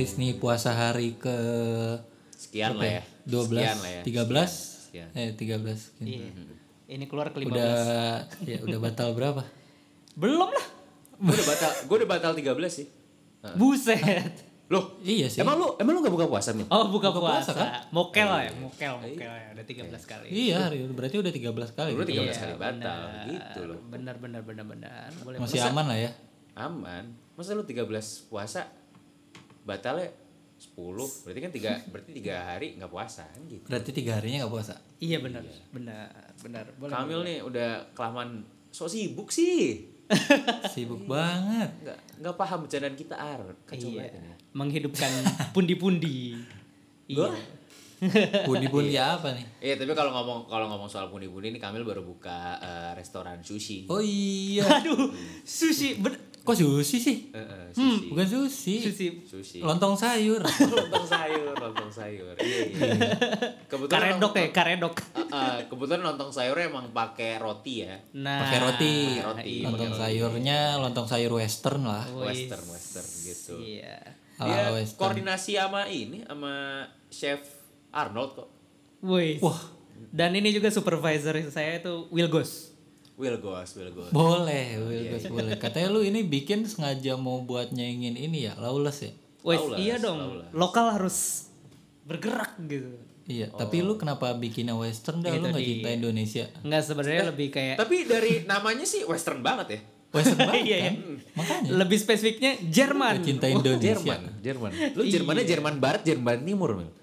nih puasa hari ke Sekian lah ya. 12, Sekian lah ya. 13. Sekian. 13. Iya. Ini keluar ke 15. Udah batal berapa? Belum lah. Gue udah batal 13 sih. Buset. Loh, Iya sih. emang lu enggak buka puasa, Mil? Oh, buka puasa, puasa kan? Mokel lah ya, mokel ya. Udah 13 kali. Iya, berarti udah 13 kali. Lu 13 Iya, kali batal gitu loh. Benar. Boleh. Masih aman lah ya. Aman. Masa lu 13 puasa batalnya 10? Berarti kan 3 hari enggak puasa kan gitu. Berarti 3 harinya gak puasa. Iya benar. Boleh. Kamil nih udah kelamaan sok sibuk sih. Sibuk banget. Enggak paham bercandaan kita kacau Iya. banget ini. Menghidupkan pundi-pundi. Gua? Pundi-pundi apa nih? Iya, tapi kalau ngomong soal pundi-pundi ini Kamil baru buka restoran sushi. Oh iya. Aduh, sushi. Kok sushi sih? Sushi. Bukan sushi. Sushi. Lontong sayur. lontong sayur. Iya. Kebetulan Karedok. kebetulan lontong sayurnya emang pakai roti ya. Nah, Pakai roti. Lontong pakai sayurnya lontong sayur western lah. Western gitu. Iya. Dia Ala western. koordinasi sama chef Arnold kok. Wih. Wah. Dan ini juga supervisor saya itu Will Ghost. Will Goes. Boleh. Katanya lu ini bikin sengaja mau buat nyaingin ini ya, Lawless ya? Wih, Lawless, iya dong. Lawless. Lokal harus bergerak gitu. Iya, tapi lu kenapa bikinnya western dah? Lu nggak cinta Indonesia? Enggak, sebenarnya lebih kayak Tapi dari namanya sih western banget ya. Western banget Iya, kan? Makanya. lebih spesifiknya Jerman. Cinta Indonesia. Jerman. Lu Jermannya Jerman Barat, Jerman Timur, Mil.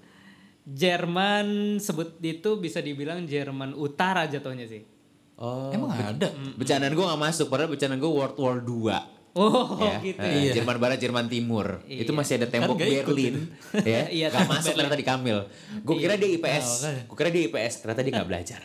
Jerman sebut itu bisa dibilang Jerman Utara jatuhnya sih. Oh. Emang ada? Bercandaan gue gak masuk, padahal bercandaan gue World War 2. Oh, Ya. gitu. Iya. Jerman Barat, Jerman Timur. Itu masih ada tembok Kan gak ikut Berlin. Ya. Iya, Gak tembok masuk Berlin. ternyata di Kamil. Gue kira dia IPS. makanya. Gue kira dia IPS, ternyata dia gak belajar.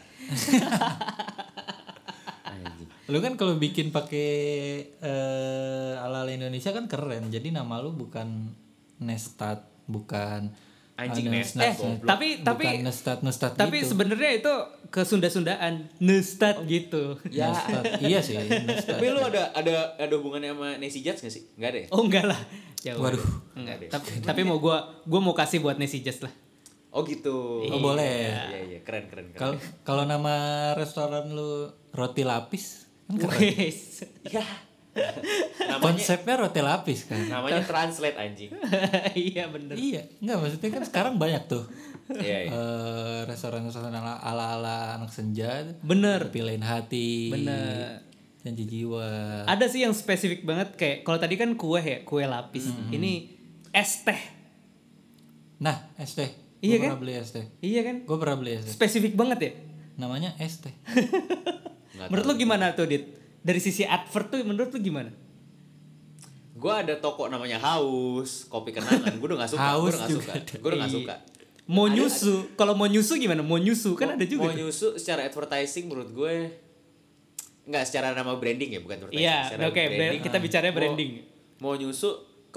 Anjing. Lu kan kalau bikin pakai ala-ala Indonesia kan keren. Jadi nama lu bukan Nestat, bukan Anjing Nestat, Nestat, tapi bukan Nestat tapi gitu. sebenarnya itu kesunda-sundaan Nestat gitu. Ya. Nestat. Iya sih, Nestat. Tapi lu ada hubungannya sama Nancy Judge gak sih? Gak ada ya? Oh enggak lah. Jauh. Waduh. Enggak. Tapi mau gua mau kasih buat Nancy Just lah. Oh gitu. Oh boleh. Iya, keren. Kalau nama restoran lu Roti Lapis kan keren. Wes. Ya. Namanya Konsepnya roti lapis kan. namanya translate anjing. Iya bener. Iya, enggak maksudnya kan sekarang banyak tuh. Iya. Restoran-restoran ala-ala anak senja. Bener. Pilihin hati. Bener. Janji jiwa. Ada sih yang spesifik banget kayak kalau tadi kan kue lapis. Ini es teh. Nah, es teh. Iya Gua kan? pernah beli es teh. Iya kan? Gue pernah beli es teh. Spesifik banget ya. Namanya es teh. Menurut lu gimana tuh, Dit? Dari sisi advert tuh menurut lu gimana? Gue ada toko namanya Haus, kopi kenangan. Gue udah gak suka. Haus Gue udah gak suka. Mau nyusu. Kalau mau nyusu gimana? Mau nyusu kan ada juga. Mau nyusu secara advertising menurut gue nggak secara nama branding ya, bukan advertising. Iya, secara oke. Kita bicaranya branding. Mau nyusu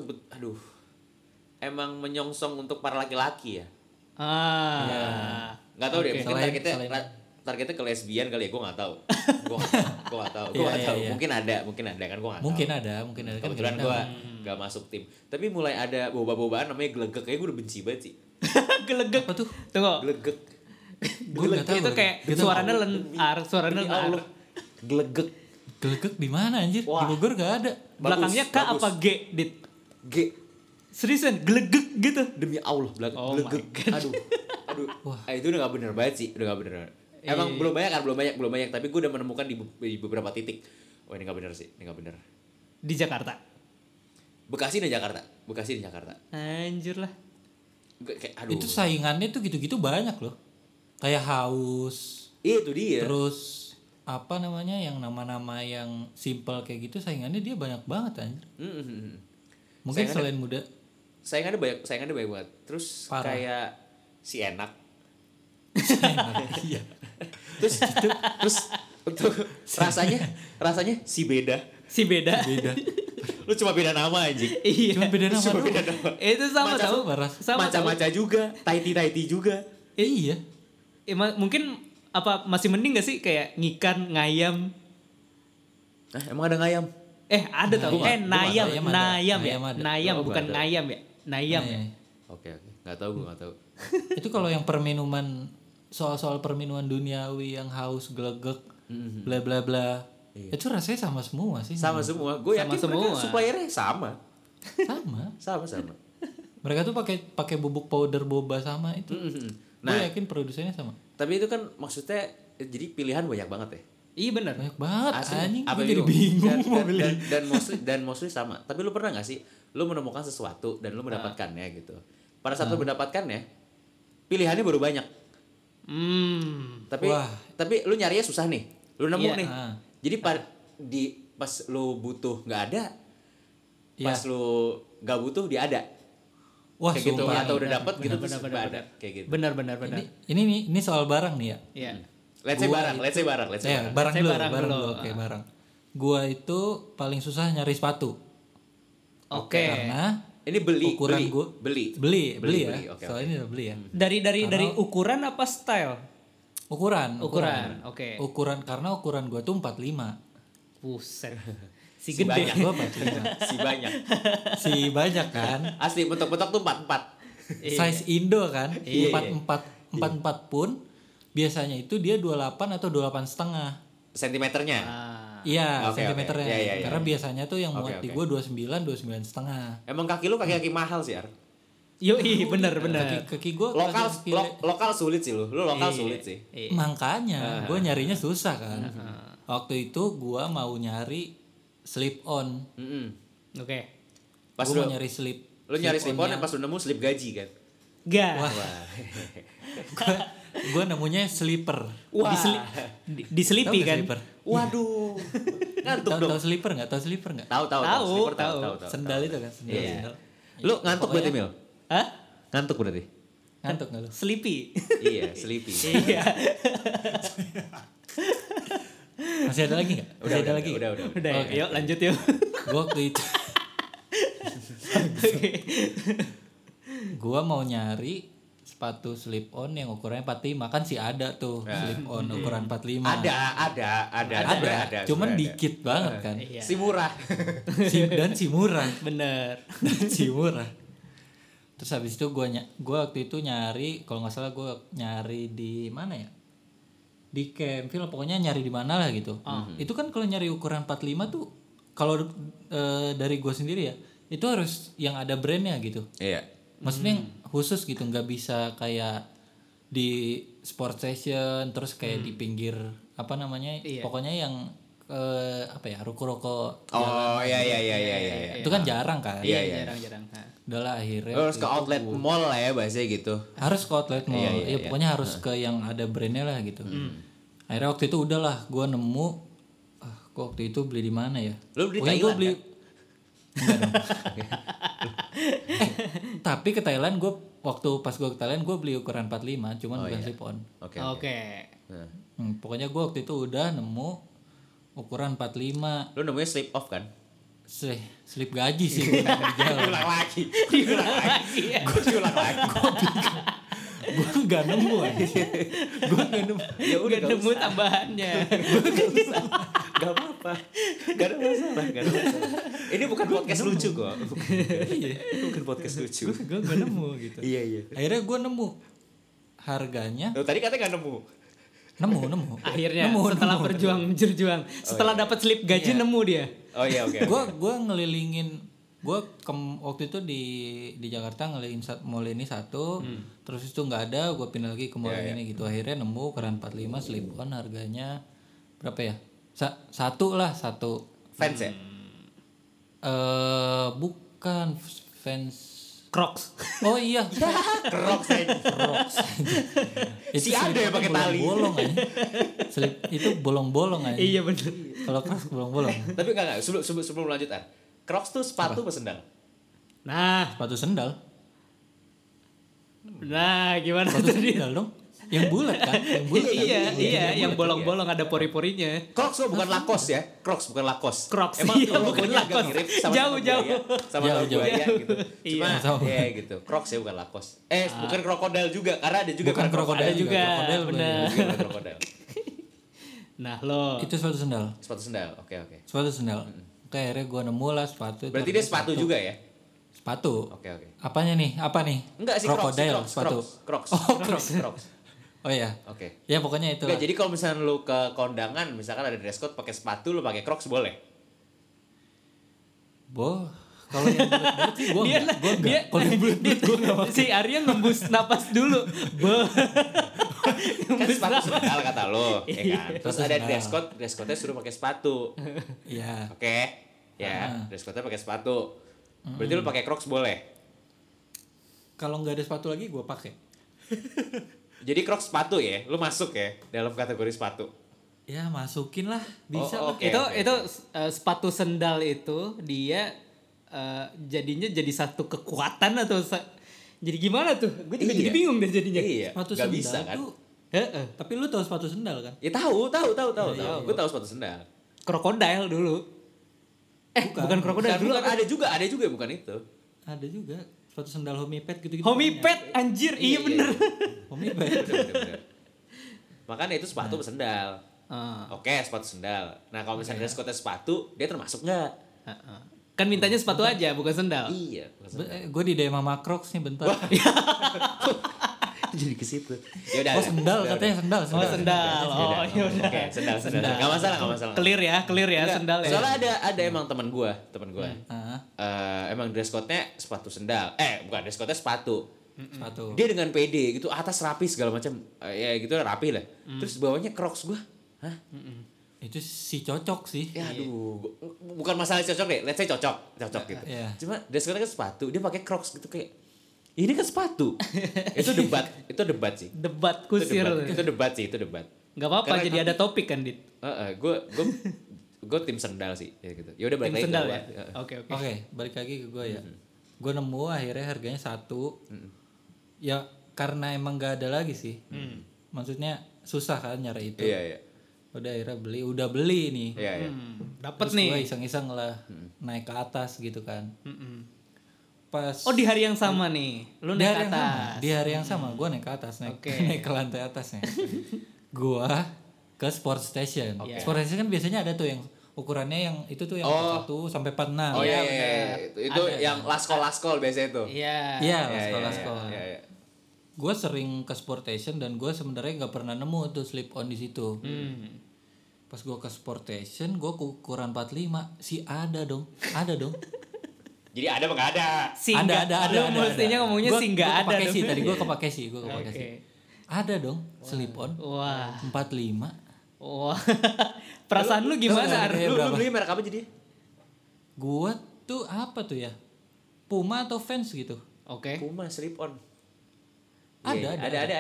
emang menyongsong untuk para laki-laki ya. Nggak tahu deh, mungkin targetnya ke lesbian kali ya, gue nggak tahu. Gue nggak tahu. Iya. Mungkin ada kan gue nggak tahu. Mungkin ada kan. Kebetulan gue nggak masuk tim. Tapi mulai ada boba-bobaan namanya gelegek, kayak gue udah benci banget sih. Gelegek. Apa tuh? Tunggu. Gelegek. Gue nggak tahu. Itu kayak suaranya lentar, suaranya Demi lentar. Allah. Gelegek. Gelegek di mana anjir? Wah. Di Bogor gak ada. Belakangnya K bagus. apa G, Dit? G. Seriusan, gelegek gitu. Demi Allah, Oh gelegek. my God. Aduh. Wah. Itu udah gak bener banget sih, udah gak bener. Emang belum banyak, tapi gue udah menemukan di beberapa titik. Oh ini gak bener sih, ini gak bener. Di Jakarta. Bekasi dan Jakarta. Anjir lah. Aduh. Itu saingannya tuh gitu-gitu banyak loh. Kayak Haus. Itu dia. Terus apa namanya yang nama-nama yang simple kayak gitu saingannya dia banyak banget anjir. Mungkin selain muda. Saingannya banyak banget. Terus Parah. kayak si enak. Iya. Terus untuk rasanya si beda. Si beda. Beda. Lu cuma beda nama anjing. Iya. Cuma beda nama Cuma doang. beda nama. Itu sama Macam- tahu. parah. Sama tahu. Maca-maca juga, taiti juga. Iya. Mungkin apa masih mending gak sih kayak ngikan, ngayam? Emang ada ngayam? Ada tau. Gua nggak- Nayam, gua nggak tahu. nayam ya. Nayam ada. Nayam Oh, bukan nggak ada. ngayam ya. Nayam ya. Oke. Nggak tahu gue nggak tahu. Itu kalau yang perminuman, soal perminuman duniawi yang haus, gelegek, bla bla bla. Itu rasanya sama semua sih. Sama semua. Gue yakin semua. mereka suppliernya sama. Sama. Mereka tuh pakai bubuk powder boba sama itu. Nah, gue yakin produsennya sama. tapi itu kan maksudnya jadi pilihan banyak banget ya. Iya benar. Banyak banget anjing. Apa Gue jadi itu? bingung mau milih. dan mostly sama. Tapi lu pernah gak sih lu menemukan sesuatu dan lu mendapatkannya gitu. Pada saat lu mendapatkannya, pilihannya baru banyak. Tapi Wah. tapi lu nyarinya susah nih. Lu nemu Iya. nih. Jadi pas lu butuh nggak ada. Pas lu nggak butuh dia ada. Wah, Kayak gitu sumpah. atau udah dapat gitu Benar, terus benar, ada kayak gitu. Benar. Ini soal barang nih ya. Iya. Let's say barang. Barang dulu. dulu. Oke, barang. Gua itu paling susah nyari sepatu. Oke. Karena Ini beli ukuran beli, gua beli ya. Oke, Soalnya ini udah beli ya. Dari ukuran apa style? Ukuran. Oke. Ukuran karena ukuran gua tuh 45. Buset. Si Si gede. banyak. Gua 45. si banyak. Si banyak kan. Asli bentuk-bentuk tuh 44. Size Indo kan. Iya. 44 pun biasanya itu dia 28 atau 28 setengah. Sentimeternya. Iya, Oke, sentimeternya. oke. Iya. Karena biasanya tuh yang Oke, muat di oke. gua 29 setengah. Emang kaki lu kaki-kaki mahal sih, Ar. Yoi, benar. Kaki gua Lokal sulit sih lu. Lu lokal Iya. sulit sih. Iya. makanya gua nyarinya susah kan. Waktu itu gua mau nyari slip on. Oke. Pas Gua lu mau nyari slip. lu nyari slip on on-nya. pas lu nemu slip gaji kan. Gak. Gua nemunya slipper. Wah. Diselipi Tahu nggak kan? slipper? Waduh. Ngantuk Tahu dong. tahu slipper nggak? Tahu slipper nggak? Tahu Tahu, slipper tahu. Sendal itu kan, sendal. Iya. sendal. Lu ngantuk berarti, Mil? Hah? Ngantuk berarti? Ngantuk nggak lu? Sleepy. Iya, sleepy. Iya. Masih ada lagi nggak? Masih ada lagi? Udah. Udah, Oke. yuk lanjut yuk. Gua waktu itu gua mau nyari sepatu slip on yang ukurannya 45 kan sih ada tuh slip on ukuran 45. Ada. Cuman Ada. dikit banget kan. Iya. Si murah. Dan si murah. Bener. Si murah. Terus habis itu gua waktu itu nyari, kalau nggak salah gua nyari di mana ya? Di Campville, pokoknya nyari di mana lah gitu. Itu kan kalau nyari ukuran 45 tuh kalau dari gua sendiri ya, itu harus yang ada brandnya gitu. Iya. Maksudnya yang khusus gitu, nggak bisa kayak di sport session terus kayak di pinggir apa namanya, Iya. pokoknya yang apa ya, ruko-ruko Oh, iya. itu kan jarang kan. Iya. Jarang-jarang. Nah. Udahlah akhirnya Harus ke outlet mall lah ya bahasanya gitu. harus ke outlet mall. Iya. Pokoknya harus ke yang ada brandnya lah gitu. Akhirnya waktu itu udahlah gua nemu, gua waktu itu beli di mana ya? Lu beli Pokoknya Thailand, gua beli kan? Enggak dong. Tapi ke Thailand gue waktu pas gue ke Thailand gue beli ukuran 45 cuman bukan slip on. Oke. Nah. Pokoknya gue waktu itu udah nemu ukuran 45. Lu namanya slip off kan? Slip gaji sih gue Diulang lagi. gue nggak nemu aja. Gue nggak nemu. Ya udah Gak nemu tambahannya. Gak apa-apa. Gak ada masalah. Ini bukan podcast lucu kok. Bukan podcast lucu. Gue nggak nemu gitu. Iya. Akhirnya gue nemu harganya. Tuh, tadi katanya gak nemu. Nemu. Akhirnya Nemu. setelah berjuang, setelah dapat slip gaji nemu dia. Oh iya, oke. Gue ngelilingin, waktu itu di Jakarta ngelilingin mall ini satu, terus itu nggak ada, gue pindah lagi ke mall ini gitu. Akhirnya nemu ukuran 45 slip on, harganya berapa ya? Satu. Fans ya? Bukan Vans. Crocs. Oh iya. Crocs aja. Itu Si ada ya pakai tali. bolong aja. Slip itu bolong-bolong aja. Iya bener. Kalau Crocs bolong-bolong. Tapi enggak. Sebelum lanjut, Ar. Crocs tuh sepatu apa sendal? Nah, Sepatu sendal. gimana Sepatu tadi? sendal dong. Yang bulat kan? Yang bulat kan? Iya, yang bolong-bolong ada pori-porinya. Crocs lo bukan Lacoste ya? Crocs bukan Lacoste. Crocs, Emang iya, bukan logonya agak Lacoste. mirip sama Jauh. sama Jauh. buaya gitu. Iya. Cuma Sama. ya gitu. Crocs ya bukan Lacoste. Bukan krokodil juga karena ada juga Bukan krokodil Ada juga, krokodil bener. Bukan krokodil. Nah, lo Itu sepatu sendal. Sepatu sendal. Oke. Sepatu sendal. Oke, akhirnya gue nemu lah sepatu. Berarti dia sepatu juga ya? Sepatu. Oke. Apanya nih? Apa nih? Enggak sih, Crocodile, Crocs, sepatu. Crocs. Crocs. Oh iya. Oke. Ya pokoknya itu. Enggak, jadi kalau misalnya lu ke kondangan, misalkan ada dress code pakai sepatu, lu pakai Crocs boleh. Kalau yang bulat-bulat sih gue enggak. Kalau yang bulat-bulat gue enggak pakai. Si Arya ngembus napas dulu. Kan sepatu sendal kata lo, ya kan. Terus Sepatu ada sendal. dress code-nya suruh pakai sepatu. Iya. Oke. Ya, dress code-nya pakai sepatu. Berarti lu pakai Crocs boleh. Kalau nggak ada sepatu lagi gue pakai. Jadi Crocs sepatu ya, lu masuk ya dalam kategori sepatu. Ya masukin lah, bisa lah. Oke. Itu sepatu sendal itu dia jadinya jadi satu kekuatan atau jadi gimana tuh? Gue juga jadi bingung deh jadinya. Iya. Sepatu Gak sendal bisa kan? tuh. Tapi lu tahu sepatu sendal kan? Ya tahu. Iya. Gue tahu sepatu sendal. Krokodil dulu. Bukan krokodil dulu. Ada juga bukan itu. Ada juga sepatu sendal homiped gitu-gitu. Homiped anjir, iya bener. Homiped. Bener. Makanya itu sepatu sendal. Ah. Oke, sepatu sendal. Nah, kalau misalnya dress code sepatu, dia termasuk nggak? Kan mintanya sepatu aja, bukan sendal. Iya, bukan sendal. Gue di DM sama Crocs nih bentar. Jadi ke situ. Ya udah. Oh sendal katanya sendal. Oh sendal. Oh iya udah. Oke, sendal. Enggak masalah. Clear ya Enggak. sendal ya. Soalnya ada emang teman gua. Ah, Emang dress code-nya sepatu sendal. Bukan dress code-nya sepatu. sepatu. Dia dengan PD gitu, atas rapi segala macam. Ya gitu rapi lah. Terus bawahnya Crocs gua. Hah? Itu si cocok sih. Ya aduh, bukan masalah cocok deh. Let's say cocok gitu. Iya. Cuma dress code kan sepatu, dia pakai Crocs gitu kayak ini kan sepatu. itu debat sih. Debat kusir. Itu debat. Gak apa-apa Karena jadi ada topik kan Dit. Gue tim sendal sih ya gitu. Ya udah balik Tim lagi sendal ke ya. gua. Oke. Oke, balik lagi ke gue ya. Gue nemu akhirnya harganya 1. Ya karena emang gak ada lagi sih. Maksudnya susah kan nyari itu. Iya. Udah akhirnya udah beli nih. Iya. Dapat Terus nih. gue iseng-iseng lah naik ke atas gitu kan. Pas Oh di hari yang sama nih, lu di naik hari yang atas. sama, di hari yang sama gue naik ke atas, naik ke lantai atasnya. Gue ke Sport Station. Sport Station kan biasanya ada tuh yang ukurannya yang itu tuh yang 1 sampai 46. Oh iya. Itu yang laskol biasanya itu. Iya. Iya, laskol. Iya. Gue sering ke Sport Station dan gue sebenarnya nggak pernah nemu tuh slip on di situ. Pas gue ke Sport Station, gue ukuran 45, ada dong. Jadi ada apa nggak ada? Ada. Lu mestinya ngomongnya sih nggak ada Kepake dong. sih tadi gue kepake sih. Oke. Ada dong slip on. Wah. 45. Wah. Perasaan lu gimana? Ar? Lu beli merek apa jadi? Gua tuh apa tuh ya? Puma atau Vans gitu. Oke. Puma slip on. Ada.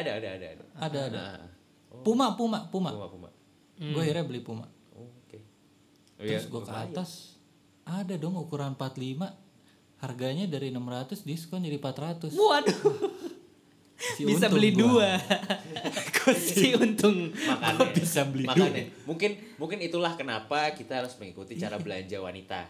Ada. Puma. Puma. Gue akhirnya beli Puma. Oke. Terus gue ke atas. Ada dong ukuran 45. Harganya dari 600 diskon jadi 400. Waduh. Bisa beli 2. Si untung. Makanya bisa beli makanya mungkin itulah kenapa kita harus mengikuti cara belanja wanita.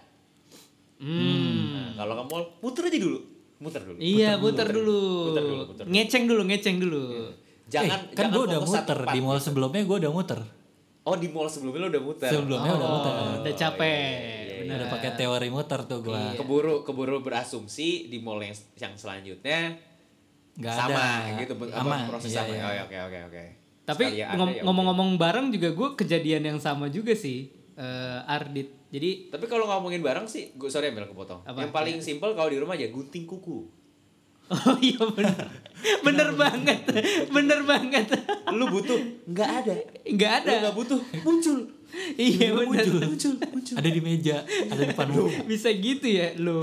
Nah, kalau ke mall muter dulu. Iya, putar dulu. Ngeceng dulu. Jangan kan gue udah fokus satu muter part di mall gitu. sebelumnya gue udah muter. Oh, di mall sebelumnya lo udah muter. Sebelumnya udah muter. Udah capek. Udah pakai teori muter tuh gue. Keburu berasumsi di mall yang selanjutnya Nggak sama ada. gitu Aman. proses Iya, sama. iya. Oke. Tapi Sekali ada, ya ngomong-ngomong barang juga gue kejadian yang sama juga sih. Ardit. Jadi Tapi kalau ngomongin barang sih, sorry Amel kepotong. Apa? Yang paling simpel kalau di rumah aja gunting kuku. oh iya bener. bener banget. Lu butuh? Nggak ada. Nggak ada. Lu nggak butuh? Muncul. Iya bener. Muncul. Ada di meja, ada di depan muka. Bisa gitu ya lu.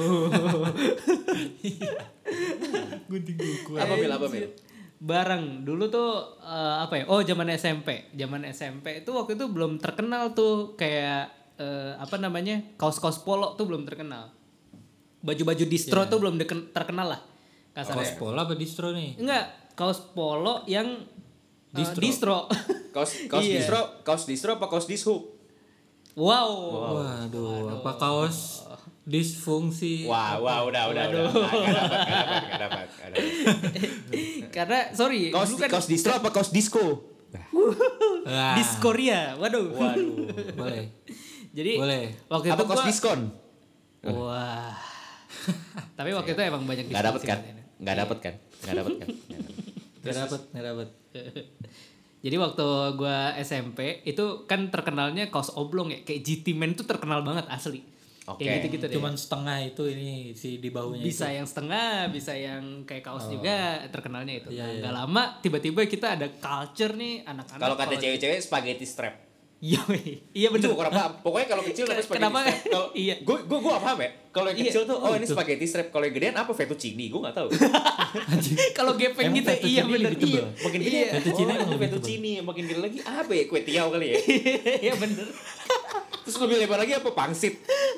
Gunting kuku. Apa Mel? Barang dulu tuh apa ya? Oh zaman SMP. Zaman SMP itu waktu itu belum terkenal tuh kayak apa namanya? Kaos-kaos polo tuh belum terkenal. Baju-baju distro tuh belum terkenal lah. Kaos Kasarnya. pola apa distro nih? Enggak, kaos polo yang distro. Kaos Iya. distro apa kaos dishub? Wow. Waduh, apa kaos disfungsi? Wah, udah. Nggak dapat. Karena sorry, dulu kan Kaos distro apa kaos disco? Wah, Diskoria. Waduh. boleh. Jadi Boleh. waktu Apa itu kaos gua diskon? wah. Tapi waktu itu emang banyak Nggak dapet diskusi kan? katanya. Nggak dapet kan? Nggak dapet kan? Nggak dapet. Jadi waktu gua SMP itu kan terkenalnya kaos oblong ya, kayak GT Man tuh terkenal banget asli. Oke. Kayak gitu-gitu deh. Cuman setengah itu ini si di bahunya Bisa itu. yang setengah, bisa yang kayak kaos juga terkenalnya itu. Iya, Nah, iya. nggak lama tiba-tiba kita ada culture nih anak-anak. Kalau kata cewek-cewek spaghetti strap. Iya bener. Itu kurang paham. Pokoknya kalau kecil namanya spaghetti Kenapa? strap. Kalau Iya. gue paham ya. Kalau yang Iya. kecil tuh ini spaghetti strap. Kalau yang gedean apa fettuccine? Gue nggak tahu. Kalau gepeng Emang gitu iya fettuccine bener. lebih tebel. Iya. Makin gede Iya. Fettuccine emang itu lebih fettuccine. Makin gede lagi apa ya? Kue tiaw kali ya. Iya bener. Terus lebih lebar lagi apa? Pangsit.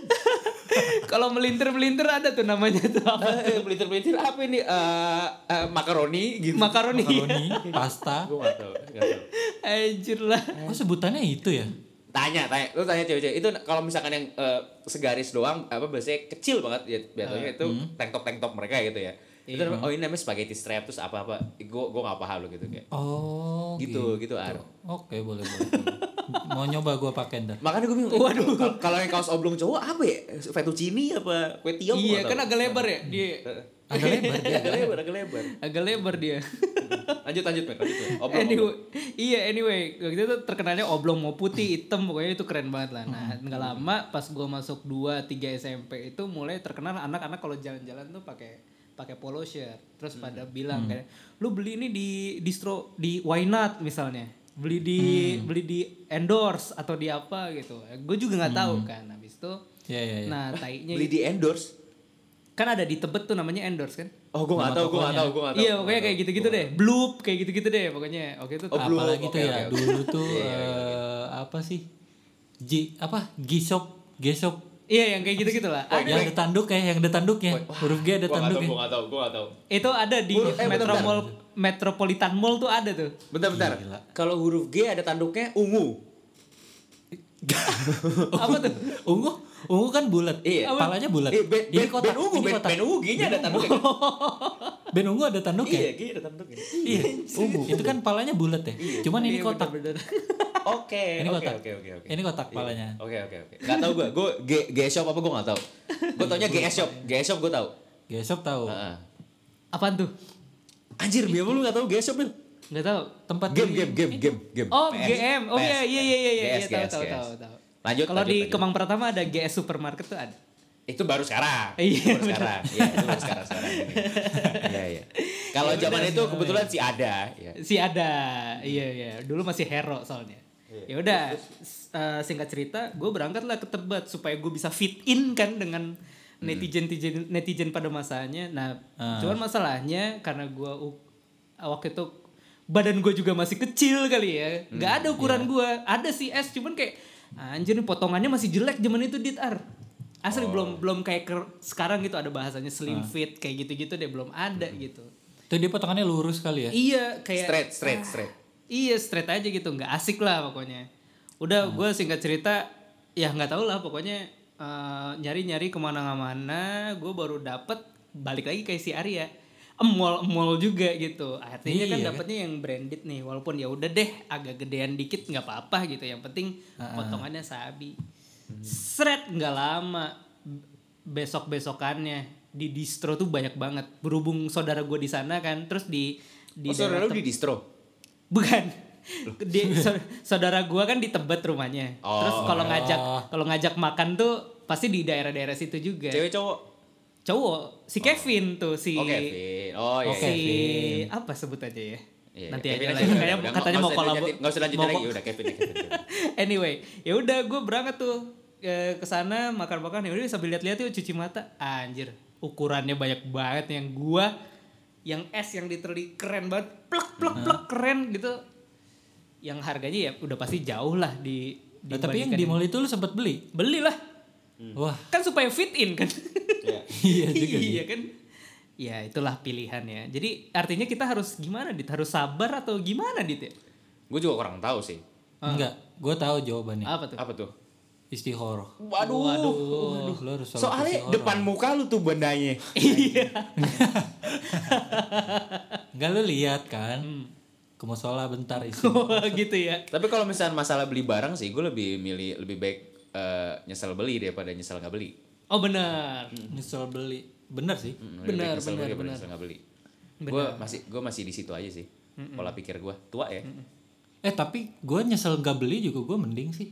Kalau melintir-melintir ada tuh namanya tuh apa? Pelintir-pelintir apa ini? Makaroni gitu. Makaroni. Makaroni, pasta. Gue nggak tahu. Anjir lah. Oh sebutannya itu ya? Tanya, lu tanya cewek-cewek itu kalau misalkan yang segaris doang apa biasanya kecil banget ya biasanya itu tank top mereka gitu ya. Itu oh ini namanya spaghetti strap terus apa gue nggak paham lo gitu kayak. Oh Gitu Ar. Oke boleh. Mau nyoba gue pakai ntar. Makanya gue bingung. Waduh. Kalau yang kaos oblong cowok apa ya? Fettuccine apa kue tiaw? Iya kan agak lebar ya dia. Agak lebar dia. agak lebar. Agak lebar dia. Lanjut, Men. Oblong. Anyway, waktu itu terkenalnya oblong mau putih, hitam, pokoknya itu keren banget lah. Nah, nggak lama pas gua masuk 2, 3 SMP itu mulai terkenal anak-anak kalau jalan-jalan tuh pakai polo shirt. Terus pada bilang kayak, "Lu beli ini di distro di Why Not misalnya. Beli di Endorse atau di apa gitu." Gue juga nggak tahu kan. Habis itu Iya. nah, tainya Beli di endorse. kan ada di Tebet tuh namanya Endorse kan? Oh, gue nggak tahu. Iya, pokoknya kayak gitu-gitu deh. Bloop kayak gitu-gitu deh pokoknya. Oke itu Bloop. Apalagi tuh ya Oke. dulu tuh apa sih? G-shop. iya yang kayak gitu-gitu lah. Yang ada tanduk ya, yang ada tanduknya. Huruf G ada tanduknya. Gue nggak tahu. Itu ada di Metropolitan Mall tuh ada tuh. Bentar. Kalau huruf G ada tanduknya ungu. Apa tuh? Ungu kan bulat. Iya. Palanya bulat. Ini kotak. Ben ungu, Ini kotak. Ben ungu G-nya ada tanduknya. Ben ungu ada tanduknya. Iya, G ada tanduknya. Iya, ungu. Itu kan palanya bulat ya. Cuman ini kotak. Bener. Oke. Ini kotak. Oke. Ini kotak palanya. Oke. Enggak tahu gue G-shop apa gue enggak tahu. Gue taunya GS-shop. GS-shop gue tahu. G-shop tahu. Heeh. Apaan tuh? Anjir, biar lu enggak tahu GS-shop, Bil. Nggak tahu. Tempat Game. Oh, PS. GM. Oh PS. iya GS. tahu. Lanjut. Kalau di Kemang Pratama ada GS Supermarket tuh ada. Itu baru sekarang. Iya, Itu baru sekarang. Iya. Kalau zaman itu kebetulan sih ada, ya. Si ada. Iya. Dulu masih hero soalnya. Ya udah, singkat cerita, gue berangkat lah ke Tebet supaya gue bisa fit in kan dengan netizen pada masanya. Nah, cuman masalahnya karena gue waktu itu badan gue juga masih kecil kali ya, nggak ada ukuran gue. Ada sih S, cuman kayak anjir nih potongannya masih jelek zaman itu Ar. Asli belum kayak sekarang gitu ada bahasanya slim fit kayak gitu-gitu deh, belum ada gitu. Tuh dia potongannya lurus kali ya. Iya kayak Straight. Iya straight aja gitu, nggak asik lah pokoknya. Udah gue singkat cerita ya nggak tahu lah pokoknya nyari kemana-mana gue baru dapet balik lagi kayak si Arya mall juga gitu. Artinya kan dapetnya yang branded nih, walaupun ya udah deh agak gedean dikit nggak apa-apa gitu. Yang penting potongannya sabi. Seret nggak lama besok-besokannya di distro tuh banyak banget. Berhubung saudara gue di sana kan, terus di saudara lu di distro? Bukan. Saudara gue kan di Tebet rumahnya. Terus kalau ngajak makan tuh pasti di daerah-daerah situ juga. Cewek Cowok, si Kevin tuh si. Kevin. Oh iya. Si Kevin. apa sebutnya ya? Iya, Nanti Kevin aja aja lah. Kayaknya udah, katanya mau kolab. Enggak usah lanjutin lagi, udah Kevin. Anyway, ya udah gue berangkat tuh ke sana makan-makan. Ya udah sambil lihat-lihat yuk cuci mata. Anjir, ukurannya banyak banget yang S yang literally keren banget. Plek keren gitu. Yang harganya ya udah pasti jauh lah Tapi yang di mall itu lu sempat beli? Belilah. Wah. Kan supaya fit in kan. Iya juga. Iya kan. Ya itulah pilihan ya. Jadi artinya kita harus gimana Dit? Harus sabar atau gimana Dit ya? Gue juga kurang tahu sih. Enggak, gue tahu jawabannya. Apa tuh? Istihoroh. Waduh. Lu harus sholat Soalnya istihoroh. depan muka lu tuh bandanya. Iya. Enggak lu lihat kan? Ke musola bentar isi. Gitu ya. Tapi kalau misalnya masalah beli barang sih, gue lebih baik nyesel beli daripada nyesel nggak beli. Oh benar. Nyesel beli. bener sih. Benar, Nyesel benar, beli, benar. nyesel nggak beli. Benar. Gue masih di situ aja sih. Pola pikir gue tua ya. Tapi gue nyesel gak beli juga gue mending sih.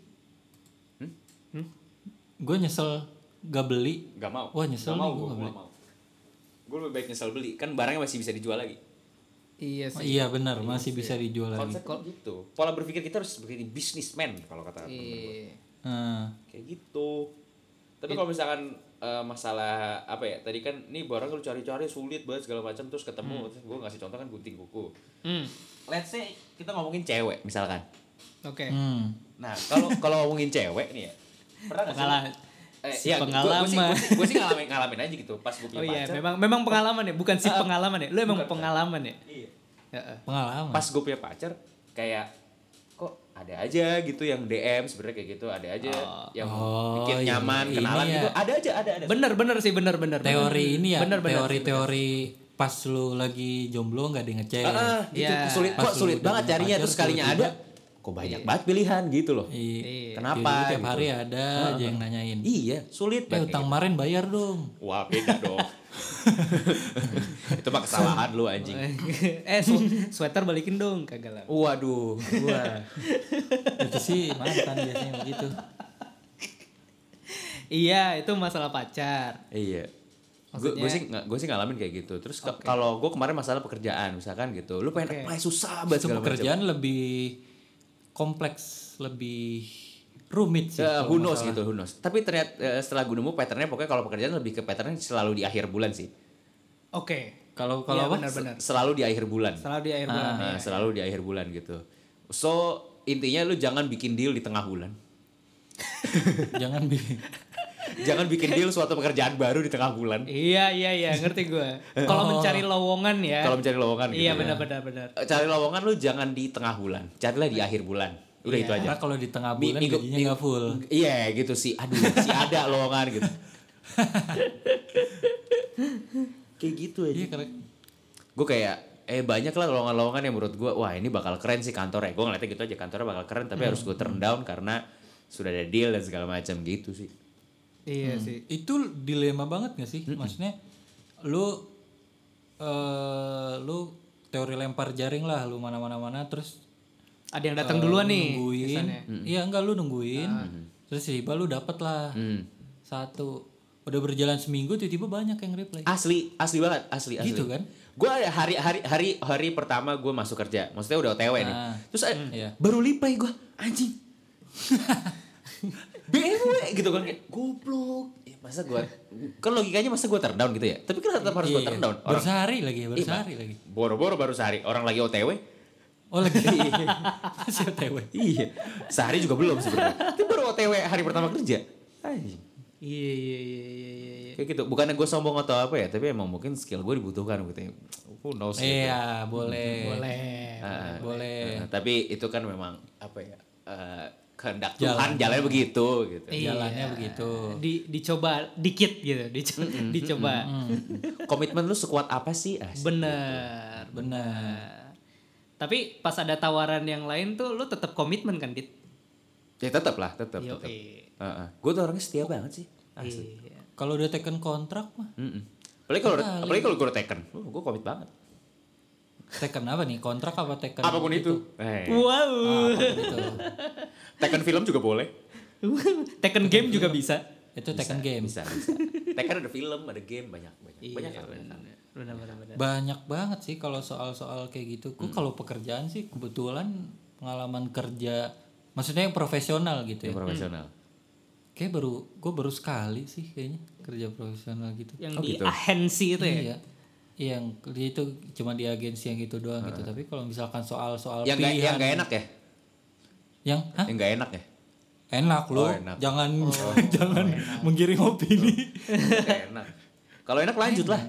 Gue nyesel gak beli. Gak mau. Wah nyesel nih gue gue gak beli. mau. Gue lebih baik nyesel beli, kan barangnya masih bisa dijual lagi. Iya Oh, sih. iya benar masih bisa dijual lagi. Konsepnya gitu. Pola berpikir kita harus seperti businessman kalau kata temen gue. Iya. Kayak gitu. Tapi kalau misalkan masalah apa ya? Tadi kan nih barang lu cari-cari sulit banget segala macam terus ketemu, terus gue ngasih contoh kan gunting kuku. Let's say kita ngomongin cewek misalkan. Oke. Nah, kalau ngomongin cewek nih ya. Pernah nggak sih? Pengalaman. Gue sih ngalamin aja gitu pas gue punya Oh iya, pacar. memang pengalaman ya, bukan pengalaman ya. Lu emang pengalaman ya? Iya. Heeh. Pengalaman. Pas gue punya pacar kayak kok ada aja gitu yang DM sebenarnya kayak gitu, ada aja yang bikin iya. nyaman, Ini kenalan ya. gitu, ada. Bener sih, bener. Teori ini ya, Bener. teori pas lu lagi jomblo nggak ada yang ngecek. Gitu. Iya. Pas Sulit lu udah banget punya carinya pacar, terus kalinya ada. Kok banyak banget pilihan gitu loh. Iya. Kenapa? Jadi tiap gitu. hari ada aja yang nanyain. Iya, sulit banget. Utang kemarin bayar dong. Wah, beda dong. Itu mah kesalahan lu anjing. Sweater balikin dong, kagak lah. Waduh, gua. Itu sih mantan biasanya begitu. Iya, itu masalah pacar. Iya. Gue sih ngalamin kayak gitu. Terus kalau gue kemarin masalah pekerjaan misalkan gitu, lu pengen apply susah banget Itu segala macam. pekerjaan lebih kompleks, lebih rumit sih. Who knows gitu, who knows. Tapi ternyata setelah gue nemu patternnya pokoknya kalau pekerjaan lebih ke patternnya selalu di akhir bulan sih. Oke. Kalau Iya, apa? benar. Selalu di akhir bulan. Selalu di akhir bulan. Nah, selalu di akhir bulan gitu. So intinya lu jangan bikin deal di tengah bulan. Jangan bikin deal suatu pekerjaan baru di tengah bulan. Iya, ngerti gue. Kalau mencari lowongan ya. Kalau mencari lowongan gitu. Iya, ya. benar. Cari lowongan lu jangan di tengah bulan. Carilah di akhir bulan. Udah itu aja. Karena kalau di tengah bulan gajinya nggak full. Iya gitu sih. Aduh, sih ada lowongan gitu. Kayak gitu aja. Iya karena Gue kayak banyak lah lowongan-lowongan yang menurut gue wah ini bakal keren sih kantornya. Gue ngeliatnya gitu aja kantornya bakal keren tapi harus gue turn down karena sudah ada deal dan segala macam gitu sih. Iya sih. itu dilema banget gak sih? Maksudnya lu teori lempar jaring lah, lu mana terus Ada yang datang duluan nih. nungguin. kesannya. Iya enggak lu nungguin. Terus tiba lu dapet lah satu. Udah berjalan seminggu tiba-tiba banyak yang reply. Asli banget, asli. Gitu kan? Gue hari pertama gue masuk kerja, maksudnya udah OTW nih. Terus iya. baru reply gue, anjing. BMW gitu kan kayak goblok. Masa gue kan logikanya masa gue turn down gitu ya. Tapi kan tetap harus gue turn down. Baru sehari lagi. Boro-boro baru sehari, orang lagi OTW. Oh lagi. Masih OTW. Iya. Sehari juga belum sebenarnya. Itu baru OTW hari pertama kerja. Anjing. Iya. Kayak gitu. Bukannya gue sombong atau apa ya, tapi emang mungkin skill gue dibutuhkan gitu. Who knows gitu. Iya, boleh. Boleh. Tapi itu kan memang apa ya? Kehendak Tuhan jalannya begitu gitu. Jalannya begitu. Dicoba dikit gitu, dicoba. Komitmen lu sekuat apa sih? Bener. Tapi pas ada tawaran yang lain tuh lu tetap komitmen kan, Dit? Ya tetap. Gue tuh orangnya setia banget sih. Asli. Iya. Kalau udah taken kontrak mah. Apalagi kalau gue udah taken, gue komit banget. Taken apa nih? Kontrak apa taken? Apapun itu. Wow. Apapun itu. Taken film juga boleh. Tekken game juga bisa. Itu Tekken game. Bisa. Taken ada film, ada game, banyak. Benar. Banyak banget sih kalau soal kayak gitu. Gue kalau pekerjaan sih kebetulan pengalaman kerja, maksudnya yang profesional gitu ya. Profesional. Kayak gue baru sekali sih kayaknya kerja profesional gitu. Yang di gitu. agensi itu ya. Iya. Yang itu cuma di agensi yang gitu doang gitu. Tapi kalau misalkan soal Yang pilihan gak enak ya? Yang gak enak ya? enak loh. Enak. Jangan menggiring opini. Enak. Kalau enak lanjut lah.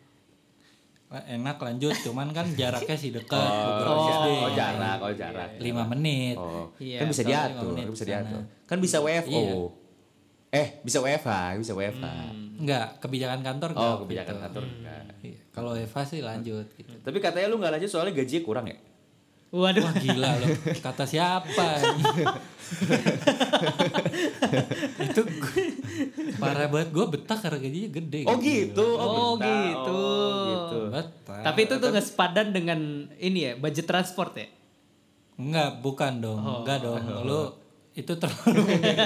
Enak lanjut, cuman kan jaraknya sih dekat beberapa SD. Jarak. 5 menit. Iya, Kan bisa soalnya diatur, 5 menit bisa kesana. diatur. Kan bisa WFO. Iya. Bisa WFH. Enggak, kebijakan kantor Oh, enggak kebijakan gitu. kantor enggak. Iya. Kalau Eva sih lanjut gitu. Tapi katanya lu enggak lanjut soalnya gajinya kurang ya? Waduh. Wah gila loh, kata siapa? Parah banget, gue betah karena gajinya gede. Oh gitu. Oh, betah. gitu. Oh, gitu. Betah. Tapi itu tuh nggak sepadan dengan ini ya, budget transport ya? Enggak, bukan dong. Enggak dong. Lu itu terlalu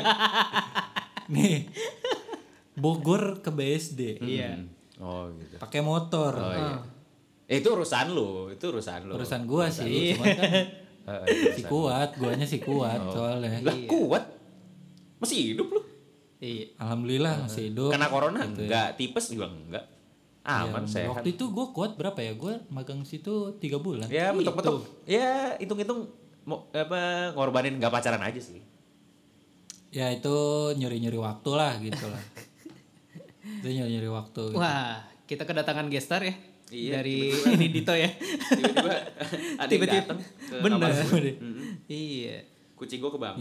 nih. Bogor ke BSD. Iya. Oh gitu. Pakai motor. Oh iya. Itu urusan lu, Urusan gua sih, cuman kan si kuat, guanya si kuat soalnya. Lah kuat. Masih hidup lu. Iya. Alhamdulillah masih hidup. Kena corona enggak, tipes juga enggak. Aman Ya, sehat. waktu itu gue kuat berapa ya? Gue magang situ 3 bulan. Ya mentok-mentok. Ya hitung-hitung apa ngorbanin enggak pacaran aja sih. Ya itu nyuri-nyuri waktu lah gitu lah. Itu nyuri-nyuri waktu. Gitu. Wah, kita kedatangan gestar ya. Iya, Dari ini Dito ya. Tiba-tiba ada yang datang ke Bener. kamar gue. Iya. Kucing gue kebangun.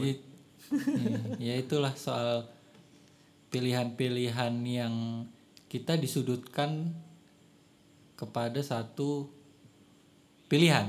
Ya itulah soal pilihan-pilihan yang kita disudutkan kepada satu pilihan.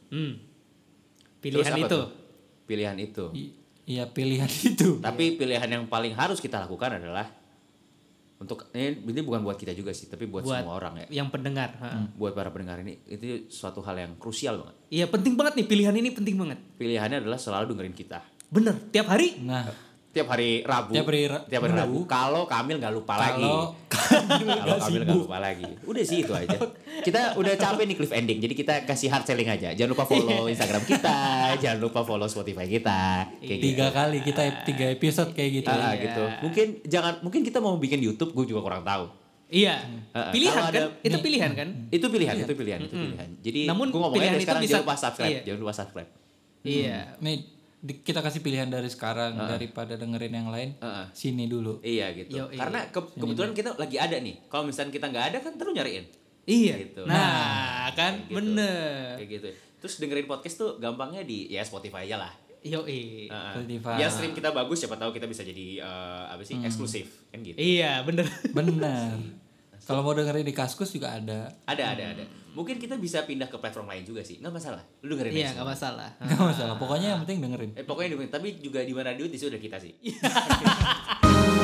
Pilihan Terus apa itu. tuh? Pilihan itu. Iya pilihan itu. Tapi pilihan yang paling harus kita lakukan adalah untuk ini bukan buat kita juga sih, tapi buat semua orang ya. Yang pendengar. Buat para pendengar ini itu suatu hal yang krusial banget. Iya, penting banget nih, pilihan ini penting banget. Pilihannya adalah selalu dengerin kita. Bener, tiap hari. Nah, Tiap hari Rabu. Tiap hari Rabu. Kalau Kamil nggak lupa lagi. Kalau Kamil nggak lupa lagi. Udah sih itu aja. Kita udah capek nih cliff ending. Jadi kita kasih hard selling aja. Jangan lupa follow Instagram kita. Jangan lupa follow Spotify kita. Kayak 3 kali kita 3 episode kayak gitu. gitu. Mungkin kita mau bikin YouTube. Gue juga kurang tahu. Iya. Pilihan kalau kan? ada- Itu pilihan kan? Itu pilihan. Jadi Namun gue ngomongnya pilihan dari itu sekarang bisa- jangan lupa subscribe. iya. Jangan lupa subscribe. Iya. Nih kita kasih pilihan dari sekarang daripada dengerin yang lain. Sini dulu. Iya gitu. Yoi. Karena kebetulan kita lagi ada nih. Kalau misalnya kita nggak ada kan terus nyariin. Iya. Gitu. Nah, kan Kayak gitu. bener. Kayak gitu. Terus dengerin podcast tuh gampangnya di ya Spotify aja lah. Yoi. Spotify. Ya stream kita bagus, siapa tahu kita bisa jadi eksklusif kan gitu. Iya, bener. Benar. Kalau mau dengerin di Kaskus juga ada. Ada. Mungkin kita bisa pindah ke platform lain juga sih, nggak masalah. Lu dengerin Iya, aja. nggak masalah. Gak masalah. Pokoknya yang penting dengerin. Pokoknya tapi juga di mana duit itu udah kita sih.